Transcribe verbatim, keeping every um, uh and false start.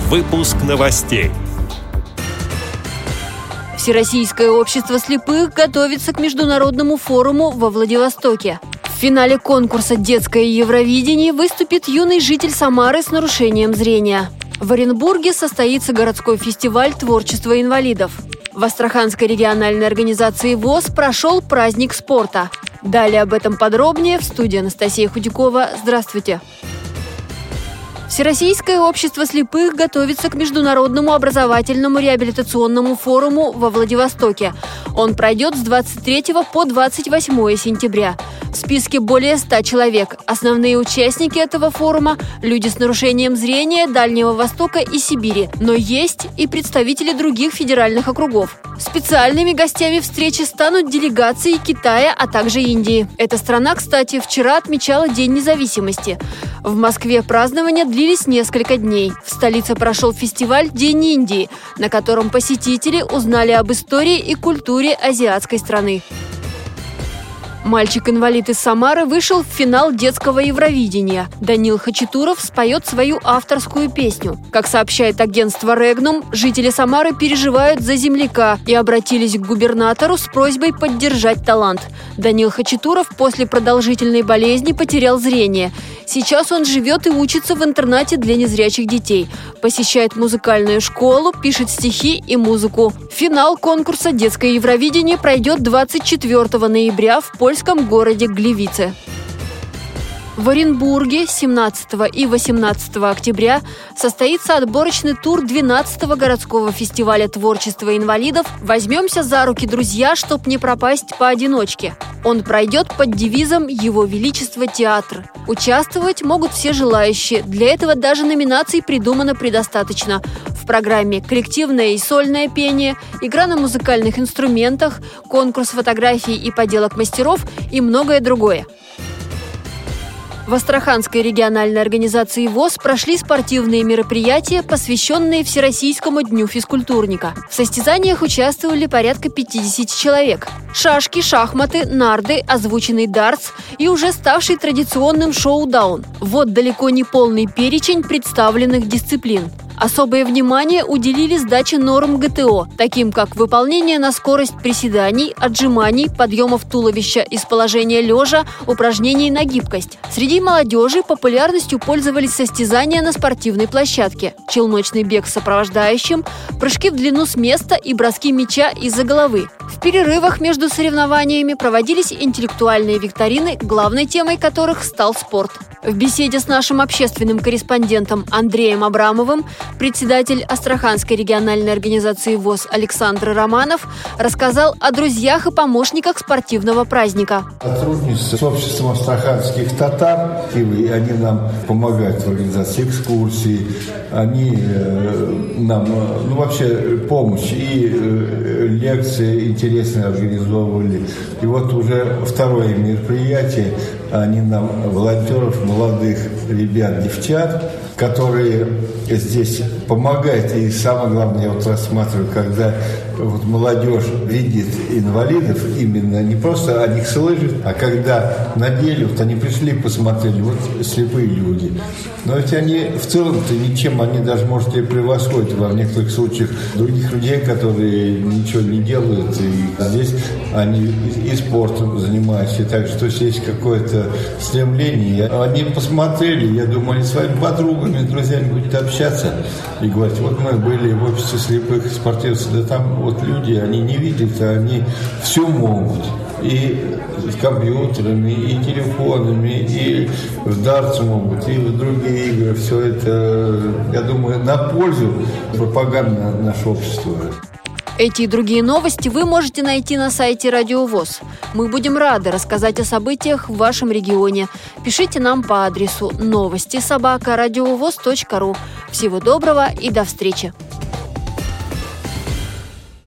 Выпуск новостей. Всероссийское общество слепых готовится к международному форуму во Владивостоке. В финале конкурса «Детское Евровидение» выступит юный житель Самары с нарушением зрения. В Оренбурге состоится городской фестиваль творчества инвалидов. В Астраханской региональной организации ВОС прошел праздник спорта. Далее об этом подробнее в студии Анастасия Худякова. Здравствуйте! Всероссийское общество слепых готовится к международному образовательному реабилитационному форуму во Владивостоке. Он пройдет с двадцать третьего по двадцать восьмое сентября. В списке более ста человек. Основные участники этого форума – люди с нарушением зрения Дальнего Востока и Сибири. Но есть и представители других федеральных округов. Специальными гостями встречи станут делегации Китая, а также Индии. Эта страна, кстати, вчера отмечала День независимости. В Москве празднования длились несколько дней. В столице прошел фестиваль «День Индии», на котором посетители узнали об истории и культуре азиатской страны. Мальчик-инвалид из Самары вышел в финал детского Евровидения. Данил Хачатуров споет свою авторскую песню. Как сообщает агентство «Регнум», жители Самары переживают за земляка и обратились к губернатору с просьбой поддержать талант. Данил Хачатуров после продолжительной болезни потерял зрение. Сейчас он живет и учится в интернате для незрячих детей. Посещает музыкальную школу, пишет стихи и музыку. Финал конкурса «Детское Евровидение» пройдет двадцать четвёртого ноября в польском городе Глевице. В Оренбурге семнадцатого и восемнадцатого октября состоится отборочный тур двенадцатого городского фестиваля творчества инвалидов «Возьмемся за руки, друзья, чтоб не пропасть поодиночке». Он пройдет под девизом «Его Величество театр». Участвовать могут все желающие. Для этого даже номинаций придумано предостаточно. В программе коллективное и сольное пение, игра на музыкальных инструментах, конкурс фотографий и поделок мастеров и многое другое. В Астраханской региональной организации ВОС прошли спортивные мероприятия, посвященные Всероссийскому дню физкультурника. В состязаниях участвовали порядка пятидесяти человек. Шашки, шахматы, нарды, озвученный дартс и уже ставший традиционным шоу-даун. Вот далеко не полный перечень представленных дисциплин. Особое внимание уделили сдаче норм ГТО, таким как выполнение на скорость приседаний, отжиманий, подъемов туловища из положения лежа, упражнений на гибкость. Среди молодежи популярностью пользовались состязания на спортивной площадке, челночный бег с сопровождающим, прыжки в длину с места и броски мяча из-за головы. В перерывах между соревнованиями проводились интеллектуальные викторины, главной темой которых стал спорт. В беседе с нашим общественным корреспондентом Андреем Абрамовым председатель Астраханской региональной организации ВОС Александр Романов рассказал о друзьях и помощниках спортивного праздника. Сотрудничество с обществом астраханских татар, и они нам помогают в организации экскурсий, они э, нам, ну вообще помощь и э, лекции интересные организовывали. И вот уже второе мероприятие, они нам, волонтеров, молодых ребят, девчат, которые здесь помогают. И самое главное, я вот рассматриваю, когда вот молодежь видит инвалидов, именно не просто о них слышит, а когда на деле, вот они пришли, посмотрели, вот слепые люди. Но ведь они в целом-то ничем, они даже, может, и превосходят во некоторых случаях других людей, которые ничего не делают. И здесь они и спортом занимаются. И так что есть какое-то стремление. Они посмотрели, я думаю, они с своими подругами, друзьями будут общаться и говорить, вот мы были в обществе слепых спортивцев, да там вот люди, они не видят, а они все могут. И с компьютерами, и телефонами, и в дартс могут, и в другие игры. Все это, я думаю, на пользу пропаганды нашего общества. Эти и другие новости вы можете найти на сайте Радио ВОС. Мы будем рады рассказать о событиях в вашем регионе. Пишите нам по адресу новости собака радиовос точка ру. Всего доброго и до встречи!